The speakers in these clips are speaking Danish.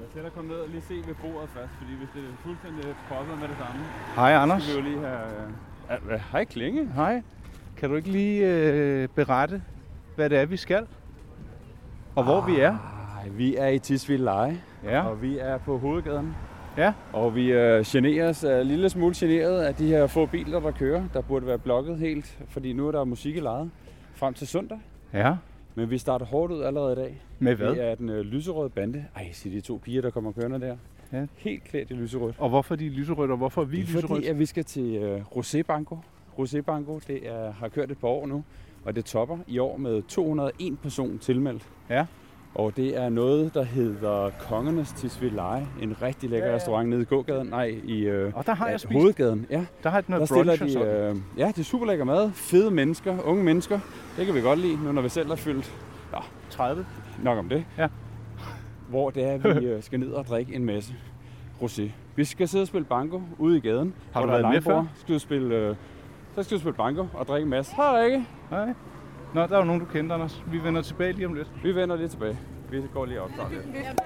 til at komme ned og lige se ved bordet først, fordi hvis det er fuldstændig proppet med det samme. Hej Anders. Så vil vi jo lige have... Hej Klinge. Hej. Kan du ikke lige berette, hvad det er, vi skal? Og hvor vi er? Vi er i Tisvilde Leje, Ja. og vi er på hovedgaden. Ja. Og vi generes en lille smule generet af de her få biler, der kører. Der burde være blokket helt, fordi nu er der musik i lejet frem til søndag. Ja. Men vi starter hårdt ud allerede i dag. Med hvad? Det er den lyserøde bande. Ej, se de to piger, der kommer kørende der. Ja. Helt klædt i lyserødt. Og hvorfor de er lyserødt, og hvorfor er vi lyserødt? Fordi at vi skal til Rosé Banco. Rosé Banco, det har kørt et par år nu, og det topper i år med 201 person tilmeldt. Ja. Og det er noget, der hedder Kongernes Tisvilde Leje. En rigtig lækker restaurant nede i gågaden. Nej, i og der har jeg spist. Hovedgaden. Ja. Der har noget der stiller brunch og sådan. ja, det er super lækker mad. Fede mennesker, unge mennesker. Det kan vi godt lide, nu når vi selv er fyldt 30. Nok om det. Ja. Hvor det er, vi skal ned og drikke en masse rosé. Vi skal sidde og spille banko ude i gaden. Har du været med før? Så skal du spille banko og drikke en masse. Hej Rikke. Hej. Nå, der er jo nogen, du kender, Anders. Vi vender tilbage lige om lidt. Vi vender lige tilbage. Vi går lige op lidt.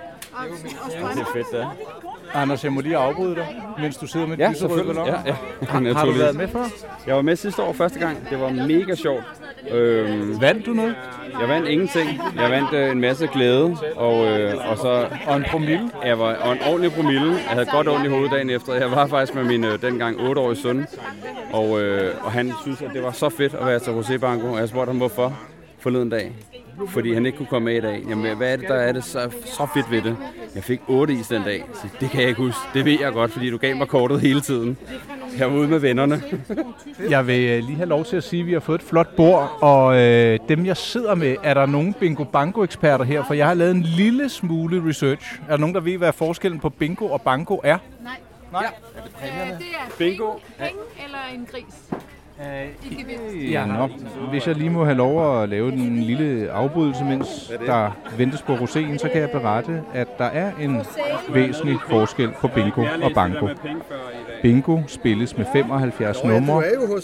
Det er fedt, det. Anders, jeg må lige afbryde dig, mens du sidder med ja, lyserøde ballon. Ja. Har du været med før? Jeg var med sidste år første gang. Det var mega sjovt. Vandt du noget? Jeg vandt ingenting. Jeg vandt en masse glæde. Og så... Og en promille? Jeg var en ordentlig promille. Jeg havde godt ondt i hovedet dagen efter. Jeg var faktisk med min dengang 8-årige søn. Og han synes, at det var så fedt at være til Rosé Banco. Og jeg spurgte ham, hvorfor forleden dag. Fordi han ikke kunne komme med i dag. Jamen, hvad er det, der er det så fedt ved det? Jeg fik 8 is den dag. Så det kan jeg ikke huske. Det ved jeg godt, fordi du gav mig kortet hele tiden. Jeg var ude med vennerne. Jeg vil lige have lov til at sige, at vi har fået et flot bord, og dem jeg sidder med, er der nogle bingo-banko-eksperter her? For jeg har lavet en lille smule research. Er der nogen, der ved, hvad forskellen på bingo og banko er? Nej. Ja. Det er bingo penge eller en gris. Ja, nå. Hvis jeg lige må have lov at lave en lille afbrydelse, mens der ventes på roséen, så kan jeg berette, at der er en væsentlig forskel på bingo og banko. Bingo spilles med 75 numre,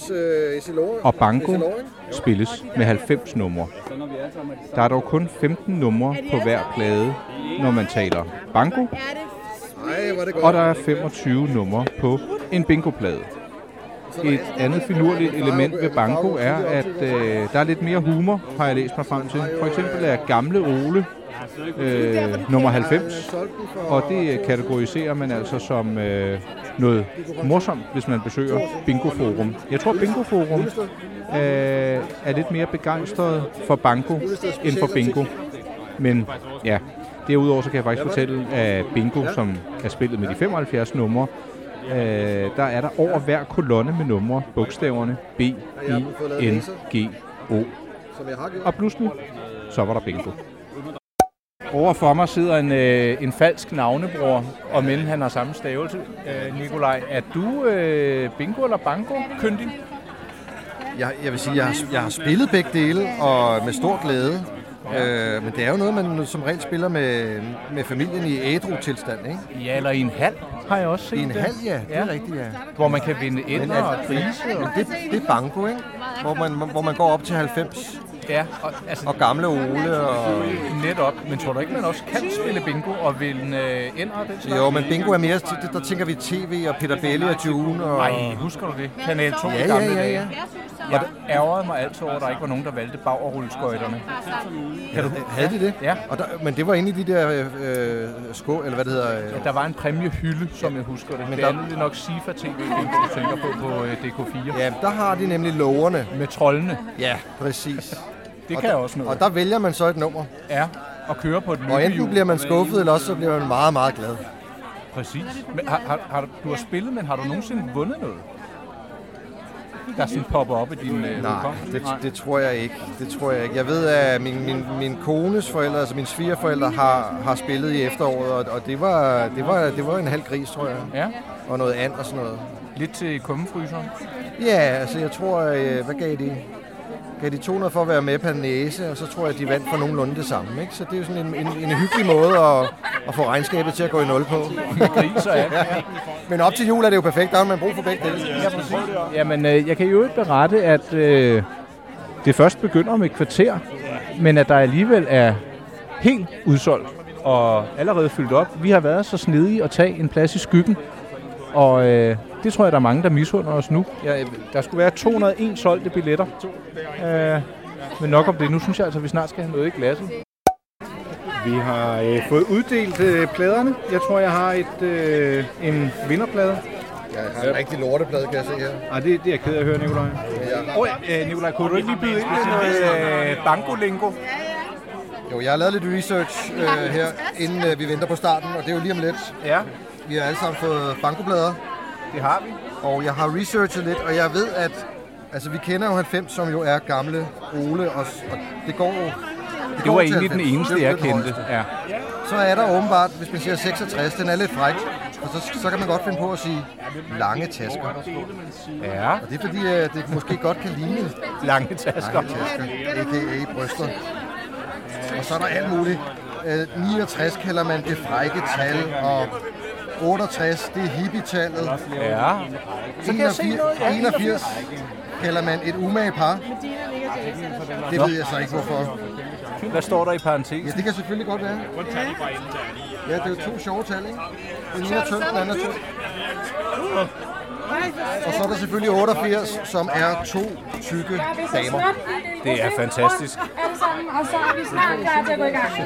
og banko spilles med 90 numre. Der er dog kun 15 numre på hver plade, når man taler banko, og der er 25 numre på en bingoplade. Et andet finurligt element ved banko er, at der er lidt mere humor, har jeg læst mig frem til. For eksempel er Gamle Ole nummer 90, og det kategoriserer man altså som noget morsomt, hvis man besøger Bingo Forum. Jeg tror, Bingo Forum er lidt mere begejstret for banko end for bingo. Men ja, derudover så kan jeg faktisk fortælle, at bingo, som er spillet med de 75 numre, der er der over hver kolonne med numre bogstaverne B, I, N, G, O. Og pludselig, så var der bingo. Overfor mig sidder en falsk navnebror, og men han har samme stavelse. Nikolaj, er du bingo eller banko kyndig? Jeg vil sige, jeg har spillet begge dele, og med stor glæde. Men det er jo noget, man som regel spiller med familien i ædru-tilstand, ikke? Ja, eller i en hal, har jeg også set. I en hal, ja. Det er rigtigt, ja. Hvor man kan vinde ænder og grise. Og... Det er banko, ikke? Hvor man går op til 90. Ja, og Gamle Ole og... Netop, men tror du ikke, man også kan spille bingo og vinde ender og den slags? Jo, men bingo er mere... Der tænker vi TV og Peter Belli og June og... Nej, husker du det? Kanal 2 ja, gamle dage. Ja. Jeg ærgerede mig altid over, at der ikke var nogen, der valgte bagrulleskøjterne. Havde de det? Ja. Men det var inde i de der eller hvad det hedder... Ja, der var en præmiehylde, som jeg husker det. Men det andet er nok SIFA TV, du tænker på DK4. Ja, der har de nemlig lågerne. Med troldene. Ja, præcis. Det kan også noget. Og der vælger man så et nummer. Ja, og kører på et løbehjul. Og enten bliver man skuffet, eller også så bliver man meget, meget glad. Præcis. Men du har spillet, men har du nogensinde vundet noget? Der sådan popper op i din Nej, det tror jeg ikke. Jeg ved, at min kones forældre, altså mine svigerforældre, har spillet i efteråret, og det var en halv gris, tror jeg. Ja. Og noget and og sådan noget. Lidt til kummefryseren? Ja, altså jeg tror, hvad gav de? Gav de 200 for at være med per næse, og så tror jeg, at de vandt for nogenlunde det samme. Ikke? Så det er jo sådan en hyggelig måde at få regnskabet til at gå i nul på. Med griser, ja. Men op til jul er det jo perfekt, der har man brug for begge dele. Ja, præcis. Jamen, jeg kan jo ikke berette, at det først begynder om et kvarter, men at der alligevel er helt udsolgt og allerede fyldt op. Vi har været så snedige at tage en plads i skyggen, og det tror jeg, der er mange, der misunder os nu. Ja, der skulle være 201 solgte billetter. Men nok om det. Nu synes jeg altså, at vi snart skal have noget i glasset. Vi har fået uddelt pladerne. Jeg tror, jeg har en vinderplade. Jeg har en rigtig lorteplade, kan jeg se her. Det er jeg ked af at høre, Nikolaj. Nikolaj, kunne du ikke lige byde ind med noget banko-lingo? Jo, jeg har lavet lidt research her, inden vi venter på starten, og det er jo lige om lidt. Ja. Vi har alle sammen fået bankoplader. Det har vi. Og jeg har researchet lidt, og jeg ved, at vi kender jo 90, som jo er gamle Ole, og det går jo... Det var egentlig den eneste, jeg kendte. Ja. Så er der åbenbart, hvis man siger 66, den er lidt fræk, og så kan man godt finde på at sige lange tasker. Ja. Og det er fordi, det måske godt kan ligne lange tasker, a.k.a. bryster. Og så er der alt muligt. 69 kalder man det frække tal, og 68, det er hippie-tallet. Ja. Så kan 81 kalder man et umage par. Det ved jeg så ikke, hvorfor. Hvad står der i parentes? Ja, det kan selvfølgelig godt være. Ja, det er jo 2 sjove tal, ikke? Den ene er tynd, den anden er tynd. Og så er der selvfølgelig 88, som er 2 tykke damer. Det er fantastisk. Og så er vi snart klar til at gå i gang.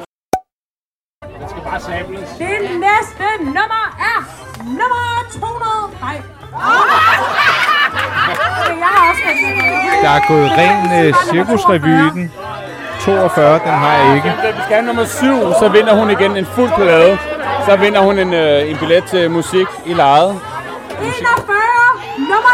Det næste nummer er nummer 200. Nej. Der er gået ren cirkusrevy i den. 42, den har jeg ikke. Hvis vi skal have nummer 7, så vinder hun igen en fuld plade. Så vinder hun en billet til musik i lejet. 41! Nummer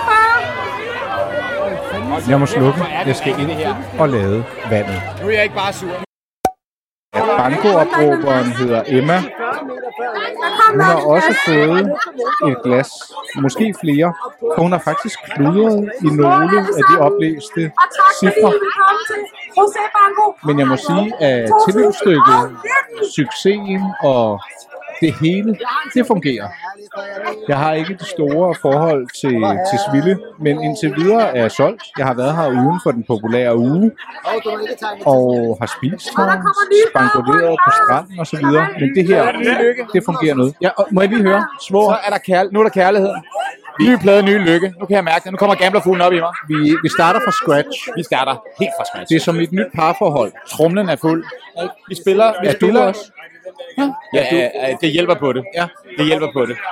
41! Jeg må slukke. Jeg skal ind og lade vandet. Nu er jeg ikke bare sur. Banko-opråberen hedder Emma. Hun har også fået et glas, måske flere, for hun har faktisk kludret i nogle af de oplæste cifre. Men jeg må sige, at tilløbsstykket, succesen og det hele, det fungerer. Jeg har ikke det store forhold til Sville, men indtil videre er jeg solgt. Jeg har været her uden for den populære uge, og har spist her, spankuleret på stranden og så videre. Men det her, det fungerer noget. Ja, må jeg lige høre? Svår. Så er der nu er der kærlighed. Nye plade, nye lykke. Nu kan jeg mærke det. Nu kommer gamblerfuglen op i mig. Vi starter fra scratch. Vi starter helt fra scratch. Det er som et nyt parforhold. Trumlen er fuld. Vi spiller også. Ja, det hjælper på det. Ja, det hjælper på det.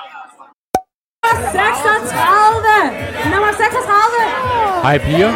36! Nummer 36! Hej piger.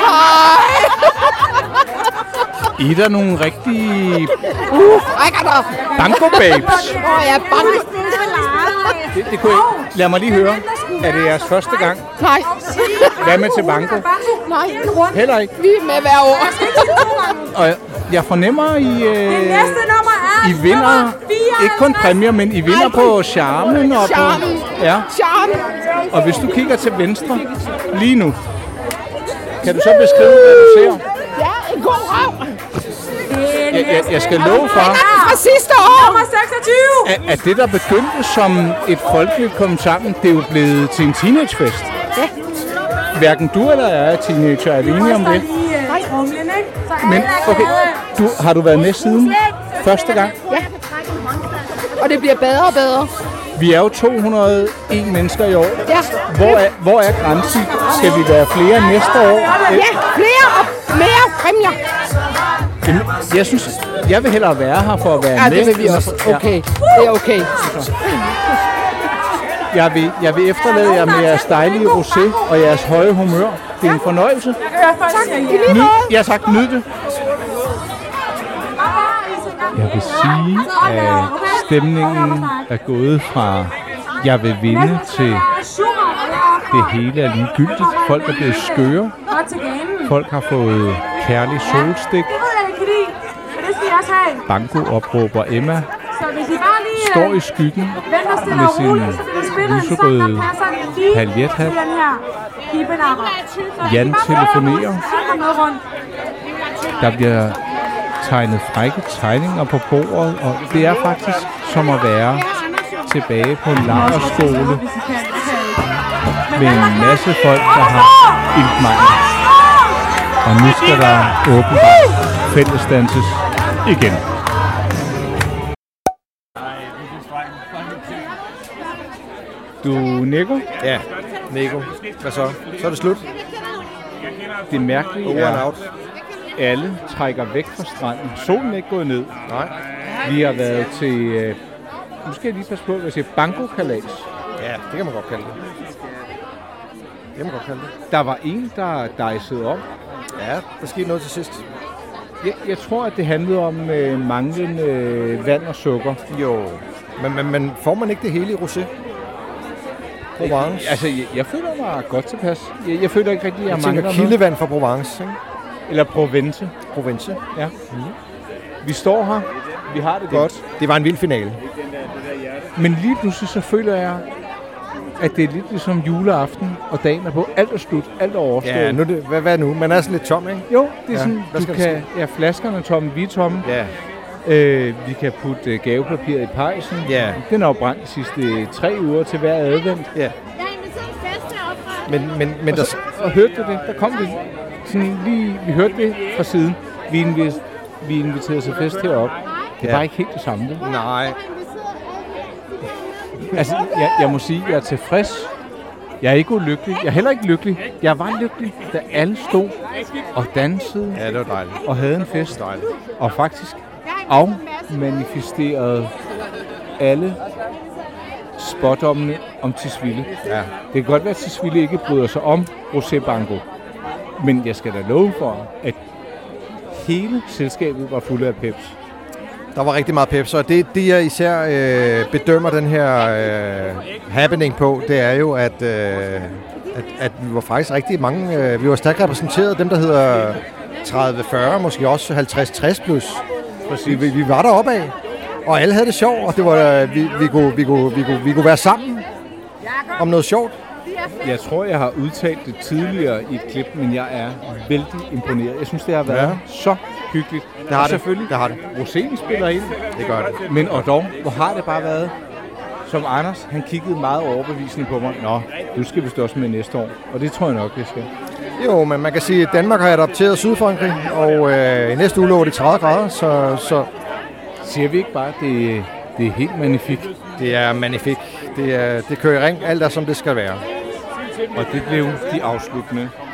I er der nogle rigtige banko-babes. Ja, banko. Det kunne jeg. Lad mig lige høre. Er det jeres første gang? Nej. Hvad med til banko? Nej. Heller ikke. Vi er med hver år. Og jeg fornemmer, I vinder ikke kun præmier, men I vinder på charmen. Og Charmen. Ja. Charmen. Og hvis du kigger til venstre lige nu, kan du så beskrive, hvad du ser? Ja, en god røv. Jeg skal love for, Fra sidste år. Nummer 26! at det, der begyndte som et folkeligt kom sammen, det er jo blevet til en teenagefest. Ja. Hverken du eller jeg er teenager, er enige om det. Men okay, har du været med siden første gang? Ja. Og det bliver bedre og bedre. Vi er jo 201 mennesker i år. Ja. Hvor er grænsen? Skal vi være flere næste år? Ja, flere og mere præmier. Jeg synes, jeg vil hellere være her for at være med. Ja, det vil vi også. Okay, det er okay. Jeg vil efterlade jer med jeres dejlige rosé og jeres høje humør. Det er en fornøjelse. Ja tak, nyd det. Jeg vil sige, at stemningen er gået fra jeg vil vinde til det hele er ligegyldigt. Folk er blevet skøre. Folk har fået kærlig solstik. Banko-opråber Emma står i skyggen med sin lyserøde paljethat. Jan telefonerer. Der bliver tegnet frække tegninger på bordet, og det er faktisk som at være tilbage på en lejrskole med en masse folk, der har iltmangel. Og nu skal der åbenbart fællesdanses igen. Du, Nico? Ja, Nico. Hvad så? Så er det slut. Det mærkelige Over and out. alle trækker væk fra stranden. Solen er ikke gået ned. Nej. Vi har været til, nu skal jeg lige passe på, hvad jeg siger, banko-kalas. Ja, det kan man godt kalde det. Det kan man godt kalde det. Der var en, der dejsede om. Ja, der skete noget til sidst. Jeg tror, at det handlede om manglende vand og sukker. Jo. Men får man ikke det hele i rosé? Provence. Altså, jeg føler mig godt tilpas. Jeg føler ikke rigtig, at jeg mangler noget. Kildevand fra Provence, ikke? Eller Provence. Provence. Ja. Vi står her. Vi har det godt. Det var en vild finale. Men lige pludselig så føler jeg, at det er lidt ligesom juleaften, og dagen er på. Alt er slut. Alt er overstået. Ja, nu det, hvad nu? Man er sådan lidt tom, ikke? Jo, det er sådan, hvad du kan... Ja, flaskerne er tomme, vi er tomme. Ja. Vi kan putte gavepapiret i pejsen. Ja. Den er jo brændt de sidste 3 uger til hver advent. Ja. Men og hørte du det? Der kom det sådan lige... Vi hørte det fra siden. Vi inviterede til fest heroppe. Det var ikke helt det samme. Det. Nej. Altså, jeg må sige, at jeg er tilfreds. Jeg er ikke ulykkelig. Jeg er heller ikke lykkelig. Jeg var lykkelig, da alle stod og dansede. Ja, det var dejligt. Og havde en fest. Og faktisk afmanifesterede alle spådommene om Tisvilde. Ja. Det kan godt være, at Tisvilde ikke bryder sig om Rosé Banco. Men jeg skal da love for, at hele selskabet var fuldt af peps. Der var rigtig meget peps, og det jeg især bedømmer den her happening på, det er jo, at vi var faktisk rigtig mange, vi var stærkt repræsenteret, dem der hedder 30-40, måske også 50-60 plus. Vi var deroppe af, og alle havde det sjovt, og det var, vi kunne være sammen om noget sjovt. Jeg tror, jeg har udtalt det tidligere i et klip, men jeg er vældig imponeret. Jeg synes, det har været så hyggeligt. Det har det. Selvfølgelig. Det har det. Roséen spiller ind. Det gør det. Men og dog, hvor har det bare været? Som Anders, han kiggede meget overbevisende på mig. Nå, du skal vist også med næste år. Og det tror jeg nok, jeg skal. Jo, men man kan sige, at Danmark har adopteret Sydfrankrig, og i næste uge lå det 30 grader, så... Siger vi ikke bare, at det er helt magnifikt? Det er magnifikt. Det kører i ring. Alt er, som det skal være. Og det blev de afsluttende